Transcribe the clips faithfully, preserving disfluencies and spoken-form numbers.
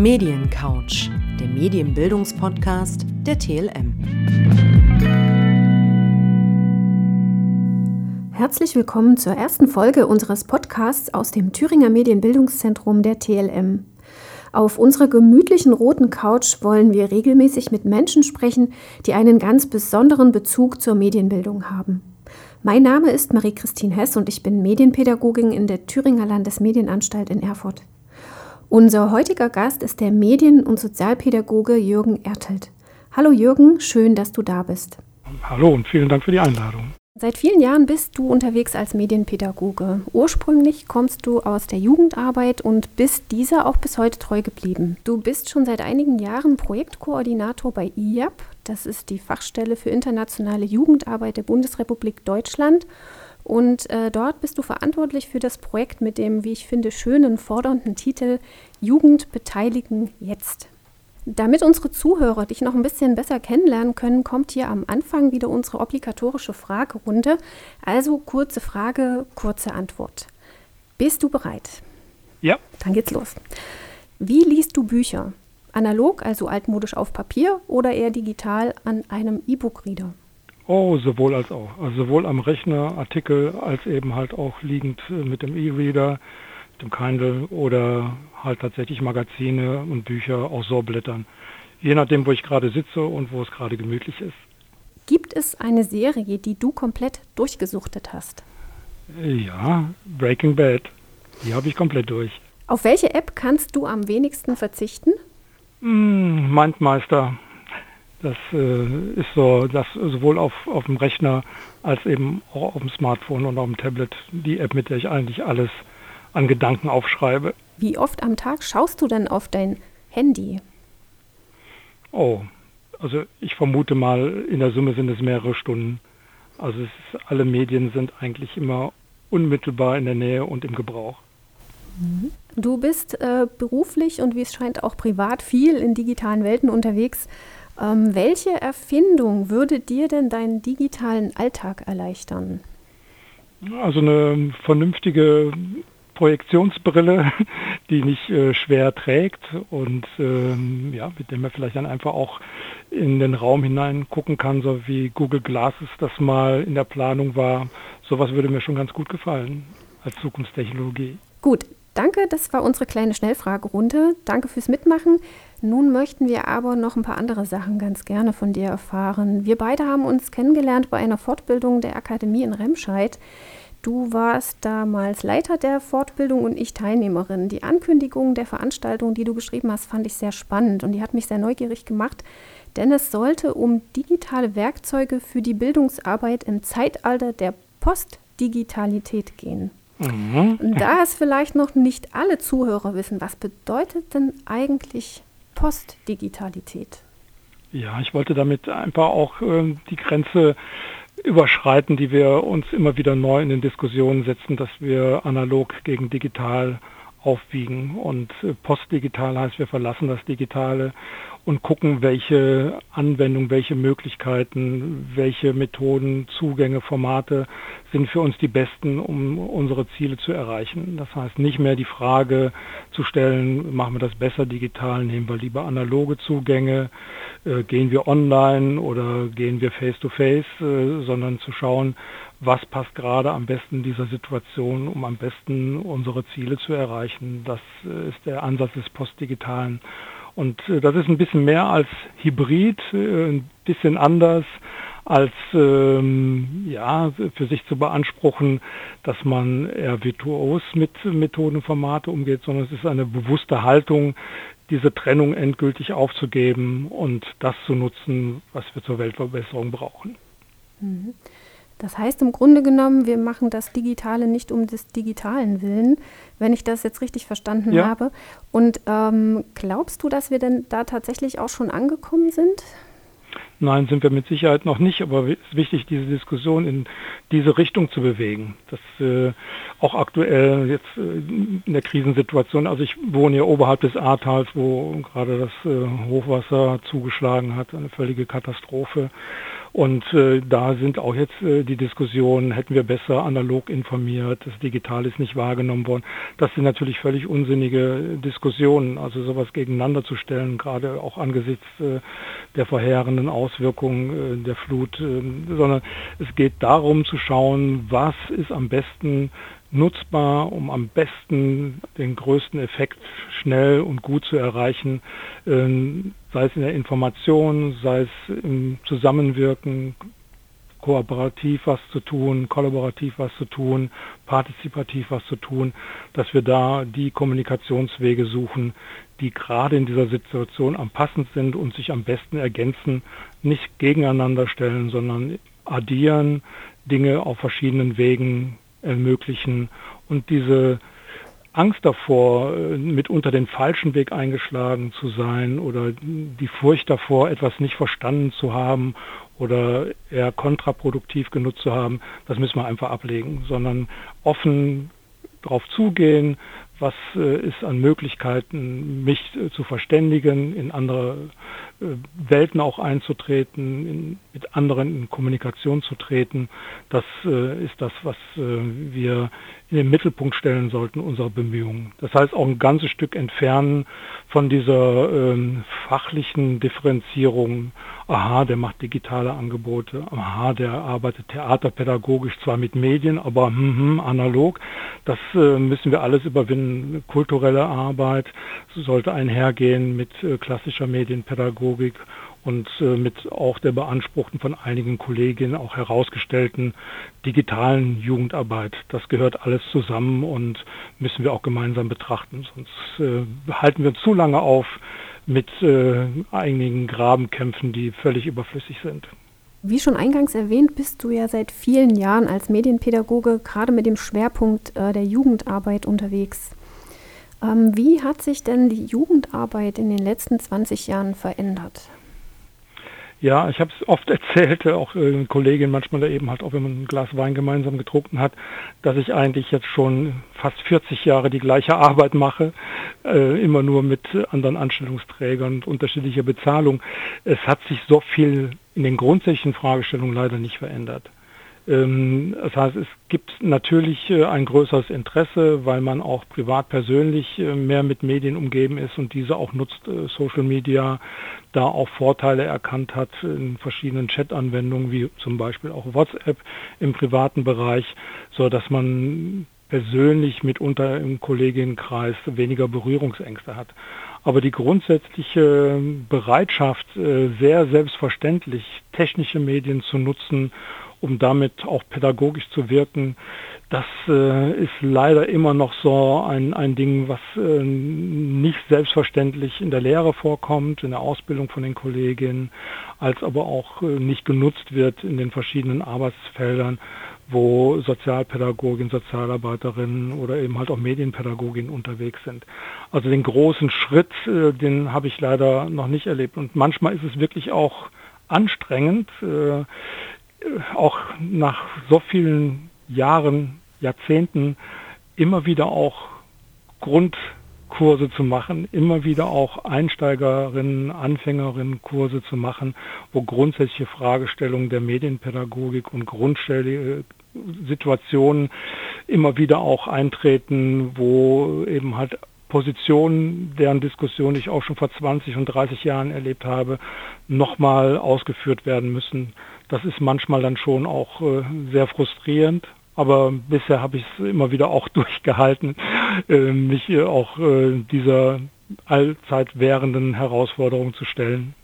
Mediencouch, der Medienbildungspodcast der T L M. Herzlich willkommen zur ersten Folge unseres Podcasts aus dem Thüringer Medienbildungszentrum der T L M. Auf unserer gemütlichen roten Couch wollen wir regelmäßig mit Menschen sprechen, die einen ganz besonderen Bezug zur Medienbildung haben. Mein Name ist Marie-Christine Hess und ich bin Medienpädagogin in der Thüringer Landesmedienanstalt in Erfurt. Unser heutiger Gast ist der Medien- und Sozialpädagoge Jürgen Ertelt. Hallo Jürgen, schön, dass du da bist. Hallo und vielen Dank für die Einladung. Seit vielen Jahren bist du unterwegs als Medienpädagoge. Ursprünglich kommst du aus der Jugendarbeit und bist dieser auch bis heute treu geblieben. Du bist schon seit einigen Jahren Projektkoordinator bei I A B, das ist die Fachstelle für internationale Jugendarbeit der Bundesrepublik Deutschland. Und äh, dort bist du verantwortlich für das Projekt mit dem, wie ich finde, schönen, fordernden Titel Jugend beteiligen jetzt. Damit unsere Zuhörer dich noch ein bisschen besser kennenlernen können, kommt hier am Anfang wieder unsere obligatorische Fragerunde. Also kurze Frage, kurze Antwort. Bist du bereit? Ja. Dann geht's los. Wie liest du Bücher? Analog, also altmodisch auf Papier, oder eher digital an einem E-Book-Reader? Oh, sowohl als auch. Also sowohl am Rechner, Artikel, als eben halt auch liegend mit dem E-Reader, mit dem Kindle oder halt tatsächlich Magazine und Bücher auch so blättern. Je nachdem, wo ich gerade sitze und wo es gerade gemütlich ist. Gibt es eine Serie, die du komplett durchgesuchtet hast? Ja, Breaking Bad. Die habe ich komplett durch. Auf welche App kannst du am wenigsten verzichten? Hm, MindMeister. Das äh, ist so, dass sowohl auf, auf dem Rechner als eben auch auf dem Smartphone und auf dem Tablet die App, mit der ich eigentlich alles an Gedanken aufschreibe. Wie oft am Tag schaust du denn auf dein Handy? Oh, also ich vermute mal, in der Summe sind es mehrere Stunden. Also es ist, alle Medien sind eigentlich immer unmittelbar in der Nähe und im Gebrauch. Du bist äh, beruflich und wie es scheint auch privat viel in digitalen Welten unterwegs. Ähm, welche Erfindung würde dir denn deinen digitalen Alltag erleichtern? Also eine vernünftige Projektionsbrille, die nicht äh, schwer trägt und ähm, ja, mit der man vielleicht dann einfach auch in den Raum hinein gucken kann, so wie Google Glasses das mal in der Planung war. Sowas würde mir schon ganz gut gefallen als Zukunftstechnologie. Gut, danke, das war unsere kleine Schnellfragerunde. Danke fürs Mitmachen. Nun möchten wir aber noch ein paar andere Sachen ganz gerne von dir erfahren. Wir beide haben uns kennengelernt bei einer Fortbildung der Akademie in Remscheid. Du warst damals Leiter der Fortbildung und ich Teilnehmerin. Die Ankündigung der Veranstaltung, die du beschrieben hast, fand ich sehr spannend und die hat mich sehr neugierig gemacht, denn es sollte um digitale Werkzeuge für die Bildungsarbeit im Zeitalter der Postdigitalität gehen. Mhm. Und da es vielleicht noch nicht alle Zuhörer wissen, was bedeutet denn eigentlich Postdigitalität? Ja, ich wollte damit einfach auch äh, die Grenze überschreiten, die wir uns immer wieder neu in den Diskussionen setzen, dass wir analog gegen digital aufwiegen. Und äh, postdigital heißt, wir verlassen das Digitale und gucken, welche Anwendungen, welche Möglichkeiten, welche Methoden, Zugänge, Formate sind für uns die besten, um unsere Ziele zu erreichen. Das heißt, nicht mehr die Frage zu stellen, machen wir das besser digital, nehmen wir lieber analoge Zugänge, äh, gehen wir online oder gehen wir face-to-face, äh, sondern zu schauen, was passt gerade am besten in dieser Situation, um am besten unsere Ziele zu erreichen. Das äh, ist der Ansatz des Postdigitalen. Und äh, das ist ein bisschen mehr als Hybrid, äh, ein bisschen anders als ähm, ja, für sich zu beanspruchen, dass man eher virtuos mit Methoden und Formate umgeht, sondern es ist eine bewusste Haltung, diese Trennung endgültig aufzugeben und das zu nutzen, was wir zur Weltverbesserung brauchen. Mhm. Das heißt im Grunde genommen, wir machen das Digitale nicht um des Digitalen willen, wenn ich das jetzt richtig verstanden ja. habe. Und ähm, glaubst du, dass wir denn da tatsächlich auch schon angekommen sind? Nein, sind wir mit Sicherheit noch nicht, aber es ist wichtig, diese Diskussion in diese Richtung zu bewegen. Das äh, auch aktuell jetzt äh, in der Krisensituation, also ich wohne hier oberhalb des Ahrtals, wo gerade das äh, Hochwasser zugeschlagen hat, eine völlige Katastrophe. Und äh, da sind auch jetzt äh, die Diskussionen, hätten wir besser analog informiert, das Digital ist nicht wahrgenommen worden. Das sind natürlich völlig unsinnige Diskussionen, also sowas gegeneinander zu stellen, gerade auch angesichts äh, der verheerenden Auswirkungen äh, der Flut, äh, sondern es geht darum zu schauen, was ist am besten nutzbar, um am besten den größten Effekt schnell und gut zu erreichen, sei es in der Information, sei es im Zusammenwirken, kooperativ was zu tun, kollaborativ was zu tun, partizipativ was zu tun, dass wir da die Kommunikationswege suchen, die gerade in dieser Situation am passendsten sind und sich am besten ergänzen, nicht gegeneinander stellen, sondern addieren, Dinge auf verschiedenen Wegen ermöglichen und diese Angst davor, mitunter den falschen Weg eingeschlagen zu sein oder die Furcht davor, etwas nicht verstanden zu haben oder eher kontraproduktiv genutzt zu haben, das müssen wir einfach ablegen, sondern offen darauf zugehen, was äh, ist an Möglichkeiten, mich äh, zu verständigen, in andere äh, Welten auch einzutreten, in, mit anderen in Kommunikation zu treten. Das äh, ist das, was äh, wir in den Mittelpunkt stellen sollten unserer Bemühungen. Das heißt auch ein ganzes Stück entfernen von dieser ähm, fachlichen Differenzierung. Aha, der macht digitale Angebote. Aha, der arbeitet theaterpädagogisch zwar mit Medien, aber hm, hm, analog. Das äh, müssen wir alles überwinden. Kulturelle Arbeit sollte einhergehen mit äh, klassischer Medienpädagogik und äh, mit auch der beanspruchten von einigen Kolleginnen auch herausgestellten digitalen Jugendarbeit. Das gehört alles zusammen und müssen wir auch gemeinsam betrachten. Sonst äh, halten wir zu lange auf mit äh, einigen Grabenkämpfen, die völlig überflüssig sind. Wie schon eingangs erwähnt, bist du ja seit vielen Jahren als Medienpädagoge gerade mit dem Schwerpunkt äh, der Jugendarbeit unterwegs. Ähm, wie hat sich denn die Jugendarbeit in den letzten zwanzig Jahren verändert? Ja, ich habe es oft erzählt, auch äh, Kolleginnen manchmal da eben halt, auch wenn man ein Glas Wein gemeinsam getrunken hat, dass ich eigentlich jetzt schon fast vierzig Jahre die gleiche Arbeit mache, äh, immer nur mit anderen Anstellungsträgern und unterschiedlicher Bezahlung. Es hat sich so viel in den grundsätzlichen Fragestellungen leider nicht verändert. Ähm, das heißt, es gibt natürlich äh, ein größeres Interesse, weil man auch privat persönlich äh, mehr mit Medien umgeben ist und diese auch nutzt, äh, Social Media, da auch Vorteile erkannt hat in verschiedenen Chat-Anwendungen, wie zum Beispiel auch WhatsApp im privaten Bereich, so dass man persönlich mitunter im Kolleginnenkreis weniger Berührungsängste hat. Aber die grundsätzliche Bereitschaft, sehr selbstverständlich technische Medien zu nutzen, um damit auch pädagogisch zu wirken, das äh, ist leider immer noch so ein, ein Ding, was äh, nicht selbstverständlich in der Lehre vorkommt, in der Ausbildung von den Kolleginnen, als aber auch äh, nicht genutzt wird in den verschiedenen Arbeitsfeldern, wo Sozialpädagoginnen, Sozialarbeiterinnen oder eben halt auch Medienpädagoginnen unterwegs sind. Also den großen Schritt, äh, den habe ich leider noch nicht erlebt. Und manchmal ist es wirklich auch anstrengend, äh, auch nach so vielen Jahren, Jahrzehnten immer wieder auch Grundkurse zu machen, immer wieder auch Einsteigerinnen, Anfängerinnen Kurse zu machen, wo grundsätzliche Fragestellungen der Medienpädagogik und grundsätzliche Situationen immer wieder auch eintreten, wo eben halt Positionen, deren Diskussion ich auch schon vor zwanzig und dreißig Jahren erlebt habe, nochmal ausgeführt werden müssen. Das ist manchmal dann schon auch äh, sehr frustrierend, aber bisher habe ich es immer wieder auch durchgehalten, äh, mich äh, auch äh, dieser allzeit währenden Herausforderung zu stellen.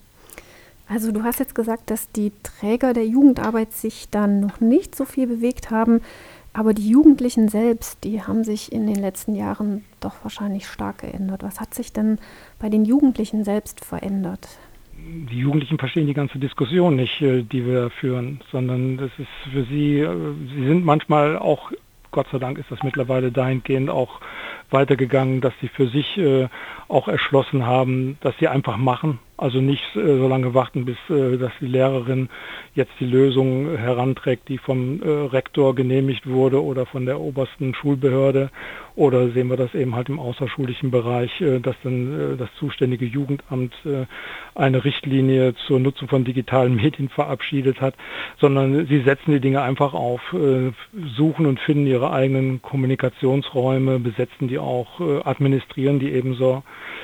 Also du hast jetzt gesagt, dass die Träger der Jugendarbeit sich dann noch nicht so viel bewegt haben, aber die Jugendlichen selbst, die haben sich in den letzten Jahren doch wahrscheinlich stark geändert. Was hat sich denn bei den Jugendlichen selbst verändert? Die Jugendlichen verstehen die ganze Diskussion nicht, die wir führen, sondern das ist für sie, sie sind manchmal auch, Gott sei Dank ist das mittlerweile dahingehend auch weitergegangen, dass sie für sich auch erschlossen haben, dass sie einfach machen Also nicht äh, so lange warten, bis äh, dass die Lehrerin jetzt die Lösung heranträgt, die vom äh, Rektor genehmigt wurde oder von der obersten Schulbehörde. Oder sehen wir das eben halt im außerschulischen Bereich, äh, dass dann äh, das zuständige Jugendamt äh, eine Richtlinie zur Nutzung von digitalen Medien verabschiedet hat, sondern sie setzen die Dinge einfach auf, äh, suchen und finden ihre eigenen Kommunikationsräume, besetzen die auch, äh, administrieren die ebenso.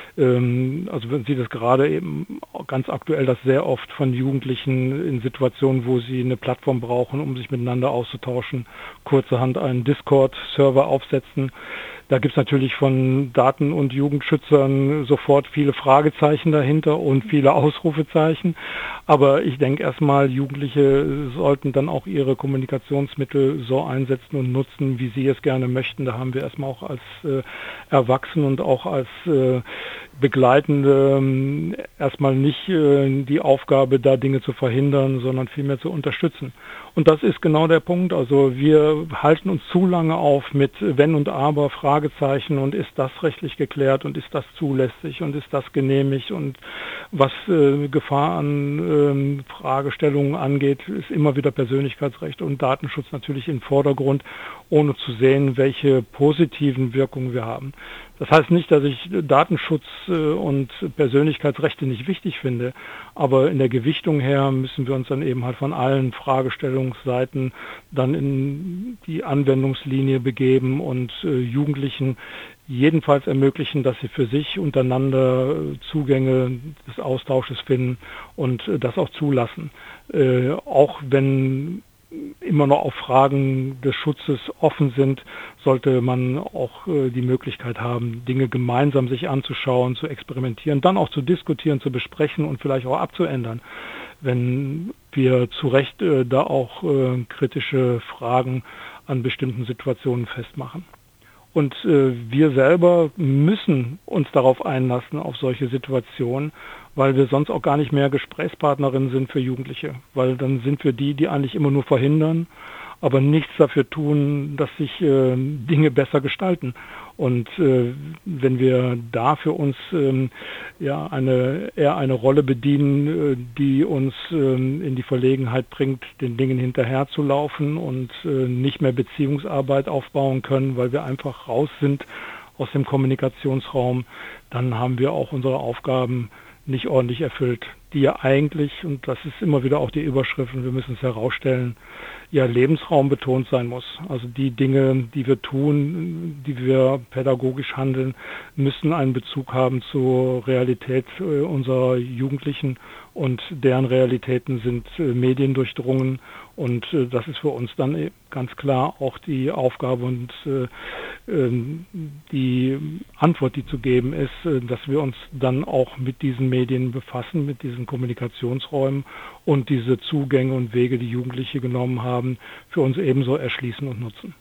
Ähm, also man sieht das gerade eben ganz aktuell, dass sehr oft von Jugendlichen in Situationen, wo sie eine Plattform brauchen, um sich miteinander auszutauschen, kurzerhand einen Discord-Server aufsetzen. Da gibt es natürlich von Daten- und Jugendschützern sofort viele Fragezeichen dahinter und viele Ausrufezeichen. Aber ich denke erstmal, Jugendliche sollten dann auch ihre Kommunikationsmittel so einsetzen und nutzen, wie sie es gerne möchten. Da haben wir erstmal auch als äh, Erwachsene und auch als äh, Begleitende äh, erstmal nicht äh, die Aufgabe, da Dinge zu verhindern, sondern vielmehr zu unterstützen. Und das ist genau der Punkt. Also wir halten uns zu lange auf mit Wenn und Aber, Fragezeichen und ist das rechtlich geklärt und ist das zulässig und ist das genehmigt und was äh, Gefahr an äh, Fragestellungen angeht, ist immer wieder Persönlichkeitsrecht und Datenschutz natürlich im Vordergrund, ohne zu sehen, welche positiven Wirkungen wir haben. Das heißt nicht, dass ich Datenschutz und Persönlichkeitsrechte nicht wichtig finde, aber in der Gewichtung her müssen wir uns dann eben halt von allen Fragestellungsseiten dann in die Anwendungslinie begeben und Jugendlichen jedenfalls ermöglichen, dass sie für sich untereinander Zugänge des Austausches finden und das auch zulassen. Äh, auch wenn immer noch auf Fragen des Schutzes offen sind, sollte man auch äh, die Möglichkeit haben, Dinge gemeinsam sich anzuschauen, zu experimentieren, dann auch zu diskutieren, zu besprechen und vielleicht auch abzuändern, wenn wir zu Recht äh, da auch äh, kritische Fragen an bestimmten Situationen festmachen. Und äh, wir selber müssen uns darauf einlassen, auf solche Situationen, weil wir sonst auch gar nicht mehr Gesprächspartnerinnen sind für Jugendliche. Weil dann sind wir die, die eigentlich immer nur verhindern, aber nichts dafür tun, dass sich äh, Dinge besser gestalten. Und äh, wenn wir da für uns ähm, ja eine eher eine Rolle bedienen, äh, die uns ähm, in die Verlegenheit bringt, den Dingen hinterherzulaufen und äh, nicht mehr Beziehungsarbeit aufbauen können, weil wir einfach raus sind aus dem Kommunikationsraum, dann haben wir auch unsere Aufgaben nicht ordentlich erfüllt, die ja eigentlich, und das ist immer wieder auch die Überschrift, und wir müssen es herausstellen, ja Lebensraum betont sein muss. Also die Dinge, die wir tun, die wir pädagogisch handeln, müssen einen Bezug haben zur Realität äh, unserer Jugendlichen und deren Realitäten sind äh, mediendurchdrungen und äh, das ist für uns dann ganz klar auch die Aufgabe und äh, äh, die Antwort, die zu geben ist, äh, dass wir uns dann auch mit diesen Medien befassen, mit diesen Kommunikationsräumen und diese Zugänge und Wege, die Jugendliche genommen haben, für uns ebenso erschließen und nutzen.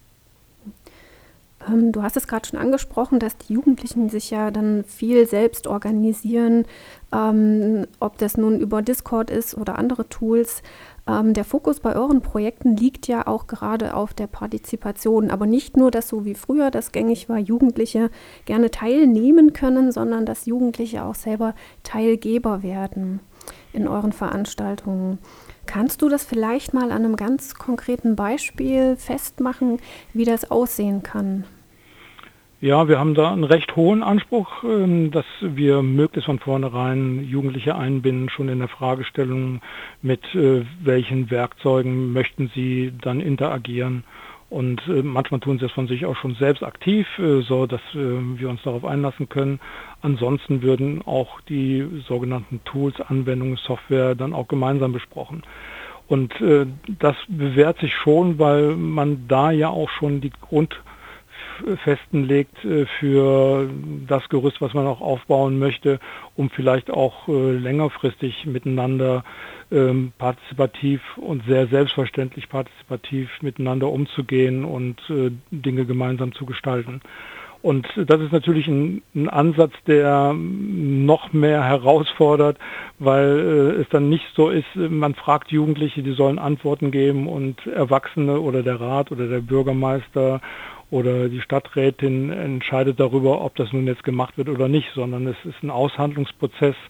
Ähm, du hast es gerade schon angesprochen, dass die Jugendlichen sich ja dann viel selbst organisieren, ähm, ob das nun über Discord ist oder andere Tools. Ähm, der Fokus bei euren Projekten liegt ja auch gerade auf der Partizipation, aber nicht nur, dass so wie früher das gängig war, Jugendliche gerne teilnehmen können, sondern dass Jugendliche auch selber Teilgeber werden in euren Veranstaltungen. Kannst du das vielleicht mal an einem ganz konkreten Beispiel festmachen, wie das aussehen kann? Ja, wir haben da einen recht hohen Anspruch, dass wir möglichst von vornherein Jugendliche einbinden, schon in der Fragestellung, mit welchen Werkzeugen möchten sie dann interagieren. Und äh, manchmal tun sie es von sich auch schon selbst aktiv, äh, so dass äh, wir uns darauf einlassen können. Ansonsten würden auch die sogenannten Tools, Anwendungen, Software dann auch gemeinsam besprochen. Und äh, das bewährt sich schon, weil man da ja auch schon die Grundfesten legt äh, für das Gerüst, was man auch aufbauen möchte, um vielleicht auch äh, längerfristig miteinander partizipativ und sehr selbstverständlich partizipativ miteinander umzugehen und äh, Dinge gemeinsam zu gestalten. Und das ist natürlich ein, ein Ansatz, der noch mehr herausfordert, weil äh, es dann nicht so ist, man fragt Jugendliche, die sollen Antworten geben und Erwachsene oder der Rat oder der Bürgermeister oder die Stadträtin entscheidet darüber, ob das nun jetzt gemacht wird oder nicht, sondern es ist ein Aushandlungsprozess,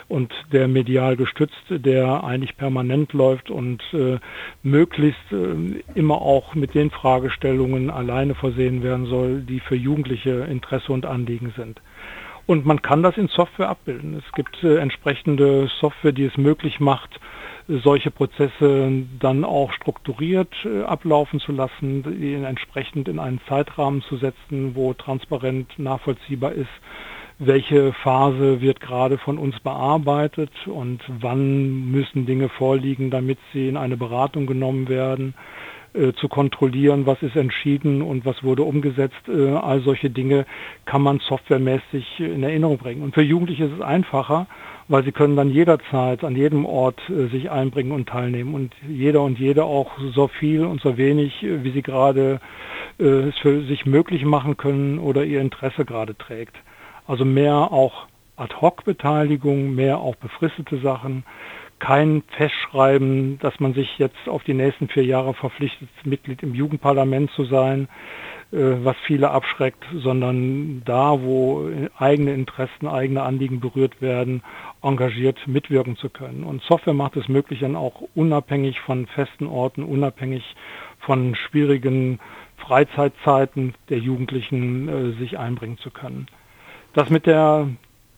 und der medial gestützt, der eigentlich permanent läuft und äh, möglichst äh, immer auch mit den Fragestellungen alleine versehen werden soll, die für Jugendliche Interesse und Anliegen sind. Und man kann das in Software abbilden. Es gibt äh, entsprechende Software, die es möglich macht, solche Prozesse dann auch strukturiert äh, ablaufen zu lassen, die entsprechend in einen Zeitrahmen zu setzen, wo transparent nachvollziehbar ist, welche Phase wird gerade von uns bearbeitet und wann müssen Dinge vorliegen, damit sie in eine Beratung genommen werden, äh, zu kontrollieren, was ist entschieden und was wurde umgesetzt. Äh, all solche Dinge kann man softwaremäßig in Erinnerung bringen. Und für Jugendliche ist es einfacher, weil sie können dann jederzeit an jedem Ort äh, sich einbringen und teilnehmen und jeder und jede auch so viel und so wenig, äh, wie sie gerade äh, es für sich möglich machen können oder ihr Interesse gerade trägt. Also mehr auch Ad-hoc-Beteiligung, mehr auch befristete Sachen, kein Festschreiben, dass man sich jetzt auf die nächsten vier Jahre verpflichtet, Mitglied im Jugendparlament zu sein, was viele abschreckt, sondern da, wo eigene Interessen, eigene Anliegen berührt werden, engagiert mitwirken zu können. Und Software macht es möglich, dann auch unabhängig von festen Orten, unabhängig von schwierigen Freizeitzeiten der Jugendlichen äh, sich einbringen zu können. Das mit der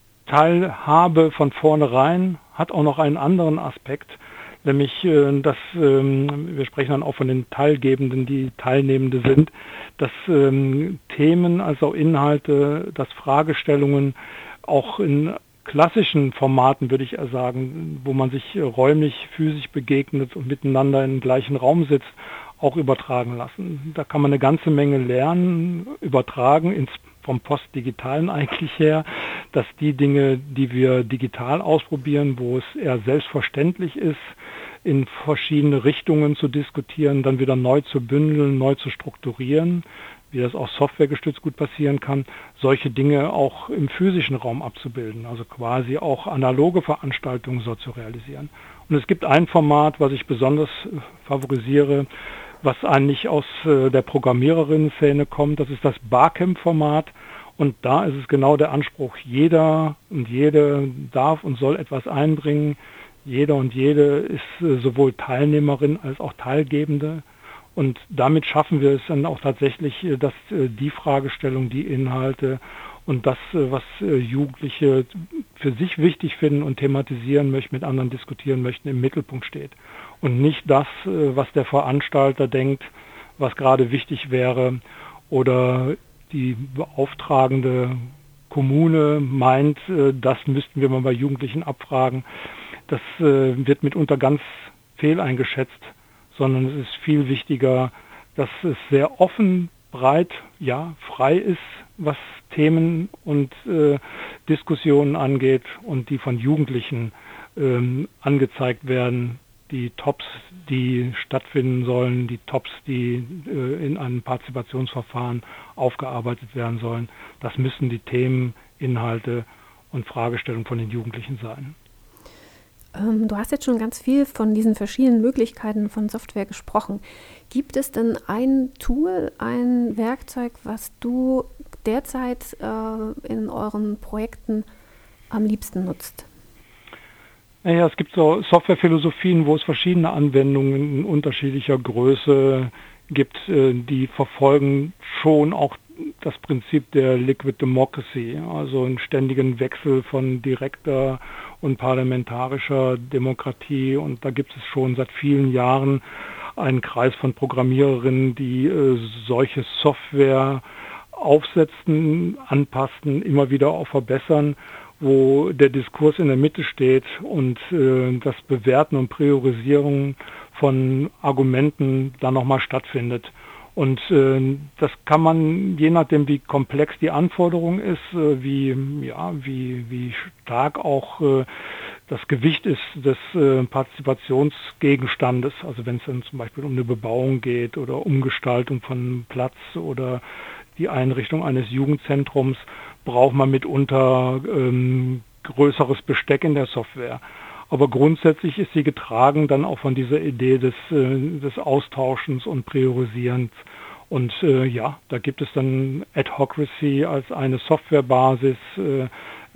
Teilhabe von vornherein hat auch noch einen anderen Aspekt, nämlich, äh, dass ähm, wir sprechen dann auch von den Teilgebenden, die Teilnehmende sind, dass ähm, Themen, also Inhalte, dass Fragestellungen auch in klassischen Formaten, würde ich eher sagen, wo man sich räumlich, physisch begegnet und miteinander im gleichen Raum sitzt, auch übertragen lassen. Da kann man eine ganze Menge lernen, übertragen ins vom Postdigitalen eigentlich her, dass die Dinge, die wir digital ausprobieren, wo es eher selbstverständlich ist, in verschiedene Richtungen zu diskutieren, dann wieder neu zu bündeln, neu zu strukturieren, wie das auch softwaregestützt gut passieren kann, solche Dinge auch im physischen Raum abzubilden, also quasi auch analoge Veranstaltungen so zu realisieren. Und es gibt ein Format, was ich besonders favorisiere, was eigentlich aus äh, der Programmiererinnen-Szene kommt, das ist das Barcamp-Format. Und da ist es genau der Anspruch, jeder und jede darf und soll etwas einbringen. Jeder und jede ist äh, sowohl Teilnehmerin als auch Teilgebende. Und damit schaffen wir es dann auch tatsächlich, äh, dass äh, die Fragestellung, die Inhalte und das, äh, was äh, Jugendliche für sich wichtig finden und thematisieren möchten, mit anderen diskutieren möchten, im Mittelpunkt steht. Und nicht das, was der Veranstalter denkt, was gerade wichtig wäre oder die beauftragende Kommune meint, das müssten wir mal bei Jugendlichen abfragen. Das wird mitunter ganz fehl eingeschätzt, sondern es ist viel wichtiger, dass es sehr offen, breit, ja, frei ist, was Themen und äh, Diskussionen angeht und die von Jugendlichen ähm, angezeigt werden. Die Tops, die stattfinden sollen, die Tops, die äh, in einem Partizipationsverfahren aufgearbeitet werden sollen. Das müssen die Themen, Inhalte und Fragestellungen von den Jugendlichen sein. Ähm, du hast jetzt schon ganz viel von diesen verschiedenen Möglichkeiten von Software gesprochen. Gibt es denn ein Tool, ein Werkzeug, was du derzeit äh, in euren Projekten am liebsten nutzt? Naja, es gibt so Softwarephilosophien, wo es verschiedene Anwendungen in unterschiedlicher Größe gibt, die verfolgen schon auch das Prinzip der Liquid Democracy, also einen ständigen Wechsel von direkter und parlamentarischer Demokratie. Und da gibt es schon seit vielen Jahren einen Kreis von Programmiererinnen, die äh, solche Software aufsetzen, anpassen, immer wieder auch verbessern, wo der Diskurs in der Mitte steht und äh, das Bewerten und Priorisieren von Argumenten dann nochmal stattfindet. Und äh, das kann man, je nachdem wie komplex die Anforderung ist, äh, wie, ja, wie, wie stark auch äh, das Gewicht ist des äh, Partizipationsgegenstandes, also wenn es dann zum Beispiel um eine Bebauung geht oder Umgestaltung von Platz oder die Einrichtung eines Jugendzentrums, braucht man mitunter ähm, größeres Besteck in der Software. Aber grundsätzlich ist sie getragen dann auch von dieser Idee des, äh, des Austauschens und Priorisierens. Und äh, ja, da gibt es dann Adhocracy als eine Softwarebasis, äh,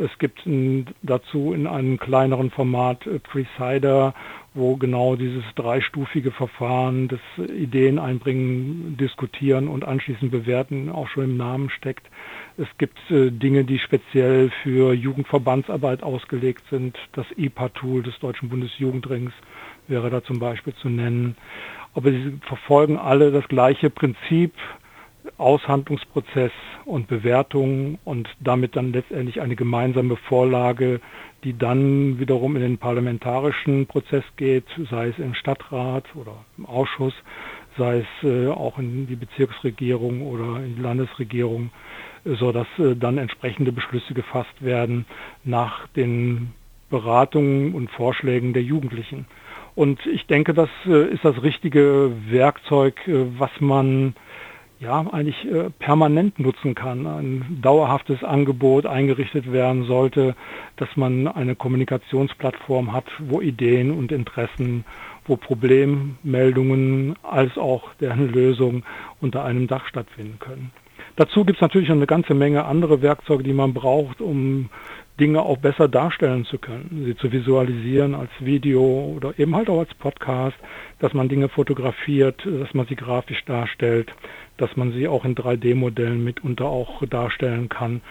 Es gibt in, dazu in einem kleineren Format äh, Presider, wo genau dieses dreistufige Verfahren des Ideen einbringen, diskutieren und anschließend bewerten auch schon im Namen steckt. Es gibt äh, Dinge, die speziell für Jugendverbandsarbeit ausgelegt sind. Das I P A-Tool des Deutschen Bundesjugendrings wäre da zum Beispiel zu nennen. Aber sie verfolgen alle das gleiche Prinzip, Aushandlungsprozess und Bewertung und damit dann letztendlich eine gemeinsame Vorlage, die dann wiederum in den parlamentarischen Prozess geht, sei es im Stadtrat oder im Ausschuss, sei es äh, auch in die Bezirksregierung oder in die Landesregierung, äh, sodass äh, dann entsprechende Beschlüsse gefasst werden nach den Beratungen und Vorschlägen der Jugendlichen. Und ich denke, das äh, ist das richtige Werkzeug, äh, was man ja eigentlich äh, permanent nutzen kann. Ein dauerhaftes Angebot eingerichtet werden sollte, dass man eine Kommunikationsplattform hat, wo Ideen und Interessen, wo Problemmeldungen als auch deren Lösung unter einem Dach stattfinden können. Dazu gibt es natürlich noch eine ganze Menge andere Werkzeuge, die man braucht, um Dinge auch besser darstellen zu können, sie zu visualisieren als Video oder eben halt auch als Podcast, dass man Dinge fotografiert, dass man sie grafisch darstellt, dass man sie auch in drei D Modellen mitunter auch darstellen kann.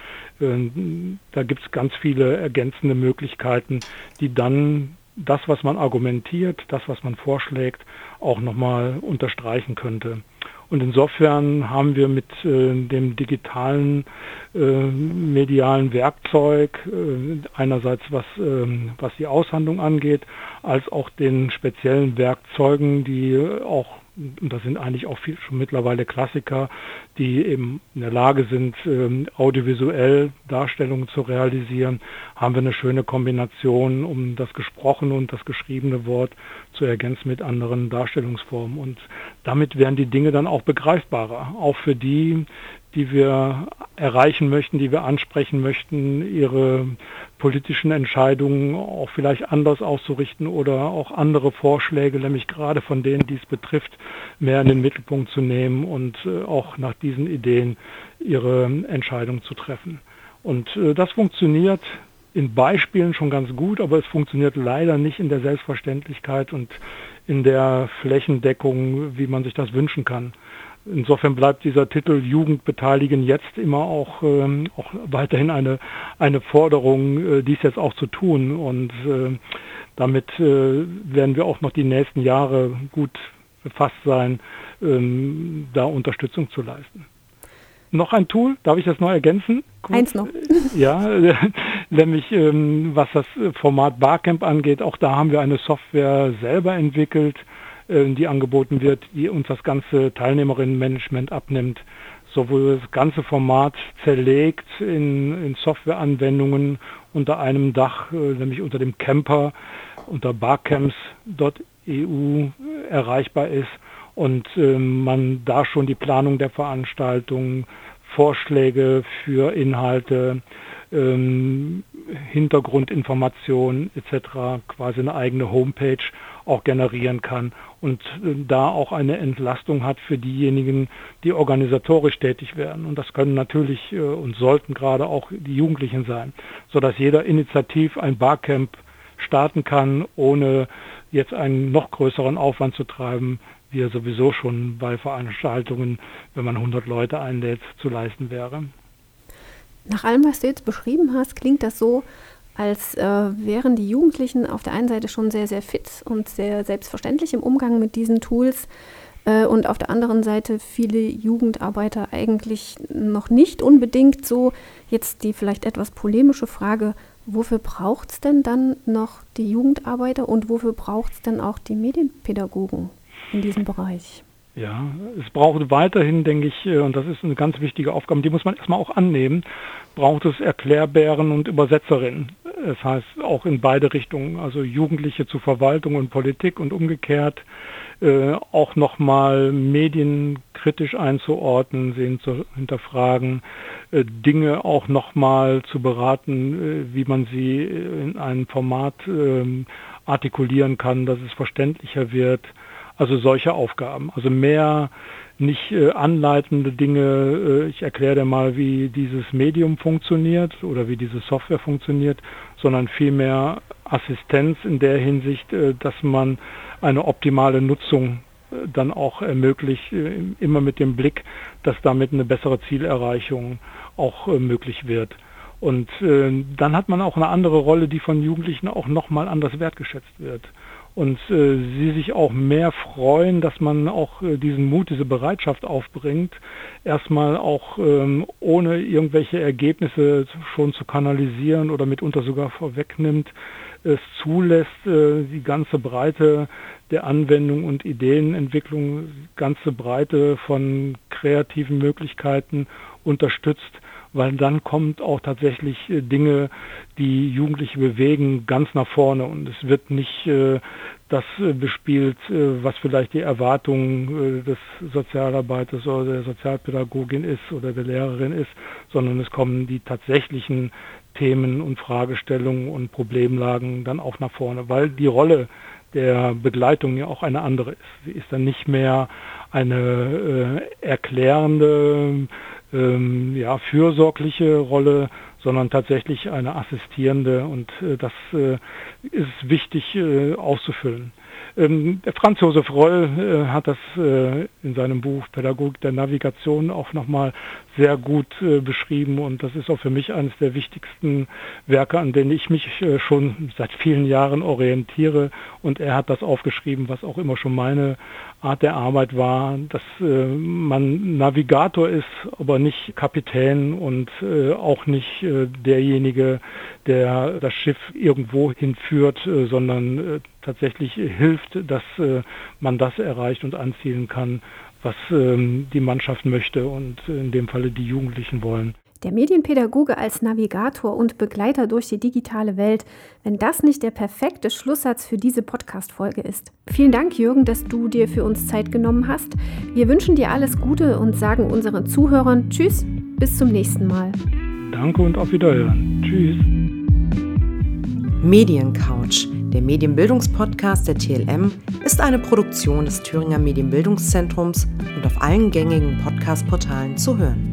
Da gibt es ganz viele ergänzende Möglichkeiten, die dann das, was man argumentiert, das, was man vorschlägt, auch nochmal unterstreichen könnte. Und insofern haben wir mit äh, dem digitalen äh, medialen Werkzeug, äh, einerseits was, äh, was die Aushandlung angeht, als auch den speziellen Werkzeugen, die auch, und das sind eigentlich auch viel, schon mittlerweile Klassiker, die eben in der Lage sind, äh, audiovisuell Darstellungen zu realisieren, haben wir eine schöne Kombination, um das gesprochene und das geschriebene Wort zu ergänzen mit anderen Darstellungsformen. Und damit werden die Dinge dann auch begreifbarer, auch für die, die wir erreichen möchten, die wir ansprechen möchten, ihre politischen Entscheidungen auch vielleicht anders auszurichten oder auch andere Vorschläge, nämlich gerade von denen, die es betrifft, mehr in den Mittelpunkt zu nehmen und äh, auch nach diesen Ideen ihre Entscheidung zu treffen. Und äh, das funktioniert in Beispielen schon ganz gut, aber es funktioniert leider nicht in der Selbstverständlichkeit und in der Flächendeckung, wie man sich das wünschen kann. Insofern bleibt dieser Titel Jugend beteiligen jetzt immer auch, ähm, auch weiterhin eine, eine Forderung, äh, dies jetzt auch zu tun. Und äh, damit äh, werden wir auch noch die nächsten Jahre gut befasst sein, ähm, da Unterstützung zu leisten. Noch ein Tool, darf ich das noch ergänzen? Gut. Eins noch. Ja, nämlich ähm, was das Format Barcamp angeht, auch da haben wir eine Software selber entwickelt, äh, die angeboten wird, die uns das ganze Teilnehmerinnenmanagement abnimmt, sowohl das ganze Format zerlegt in, in Softwareanwendungen unter einem Dach, äh, nämlich unter dem Camper, unter barcamps punkt e u erreichbar ist. Und äh, man da schon die Planung der Veranstaltung, Vorschläge für Inhalte, ähm, Hintergrundinformationen et cetera, quasi eine eigene Homepage auch generieren kann und äh, da auch eine Entlastung hat für diejenigen, die organisatorisch tätig werden. Und das können natürlich äh, und sollten gerade auch die Jugendlichen sein, sodass jeder initiativ ein Barcamp starten kann, ohne jetzt einen noch größeren Aufwand zu treiben, wie er sowieso schon bei Veranstaltungen, wenn man hundert Leute einlädt, zu leisten wäre. Nach allem, was du jetzt beschrieben hast, klingt das so, als äh, wären die Jugendlichen auf der einen Seite schon sehr, sehr fit und sehr selbstverständlich im Umgang mit diesen Tools äh, und auf der anderen Seite viele Jugendarbeiter eigentlich noch nicht unbedingt so. Jetzt die vielleicht etwas polemische Frage, wofür braucht es denn dann noch die Jugendarbeiter und wofür braucht es denn auch die Medienpädagogen in diesem Bereich? Ja, es braucht weiterhin, denke ich, und das ist eine ganz wichtige Aufgabe, die muss man erstmal auch annehmen, braucht es Erklärbären und Übersetzerinnen. Das heißt auch in beide Richtungen, also Jugendliche zu Verwaltung und Politik und umgekehrt, äh, auch nochmal medienkritisch einzuordnen, sie zu hinterfragen, äh, Dinge auch nochmal zu beraten, äh, wie man sie in einem Format äh, artikulieren kann, dass es verständlicher wird. Also solche Aufgaben, also mehr nicht äh, anleitende Dinge, äh, ich erkläre dir mal, wie dieses Medium funktioniert oder wie diese Software funktioniert, sondern vielmehr Assistenz in der Hinsicht, äh, dass man eine optimale Nutzung äh, dann auch ermöglicht, äh, immer mit dem Blick, dass damit eine bessere Zielerreichung auch äh, möglich wird. Und äh, dann hat man auch eine andere Rolle, die von Jugendlichen auch nochmal anders wertgeschätzt wird. Und äh, sie sich auch mehr freuen, dass man auch äh, diesen Mut, diese Bereitschaft aufbringt, erstmal auch ähm, ohne irgendwelche Ergebnisse schon zu kanalisieren oder mitunter sogar vorwegnimmt, es zulässt, äh, die ganze Breite der Anwendung und Ideenentwicklung, ganze Breite von kreativen Möglichkeiten unterstützt, weil dann kommt auch tatsächlich äh, Dinge, die Jugendliche bewegen, ganz nach vorne und es wird nicht äh, das äh, bespielt, äh, was vielleicht die Erwartung äh, des Sozialarbeiters oder der Sozialpädagogin ist oder der Lehrerin ist, sondern es kommen die tatsächlichen Themen und Fragestellungen und Problemlagen dann auch nach vorne, weil die Rolle der Begleitung ja auch eine andere ist. Sie ist dann nicht mehr eine äh, erklärende, ähm, ja, fürsorgliche Rolle, sondern tatsächlich eine assistierende und äh, das äh, ist wichtig äh, auszufüllen. Ähm, Franz Josef Roll äh, hat das äh, in seinem Buch Pädagogik der Navigation auch nochmal sehr gut äh, beschrieben und das ist auch für mich eines der wichtigsten Werke, an denen ich mich äh, schon seit vielen Jahren orientiere und er hat das aufgeschrieben, was auch immer schon meine Art der Arbeit war, dass äh, man Navigator ist, aber nicht Kapitän und äh, auch nicht äh, derjenige, der das Schiff irgendwo hinführt, äh, sondern äh, tatsächlich hilft, dass äh, man das erreicht und anzielen kann, was ähm, die Mannschaft möchte und in dem Falle die Jugendlichen wollen. Der Medienpädagoge als Navigator und Begleiter durch die digitale Welt, wenn das nicht der perfekte Schlusssatz für diese Podcast-Folge ist. Vielen Dank, Jürgen, dass du dir für uns Zeit genommen hast. Wir wünschen dir alles Gute und sagen unseren Zuhörern Tschüss, bis zum nächsten Mal. Danke und auf Wiederhören. Tschüss. Mediencouch, der Medienbildungspodcast der T L M, ist eine Produktion des Thüringer Medienbildungszentrums und auf allen gängigen Podcast-Portalen zu hören.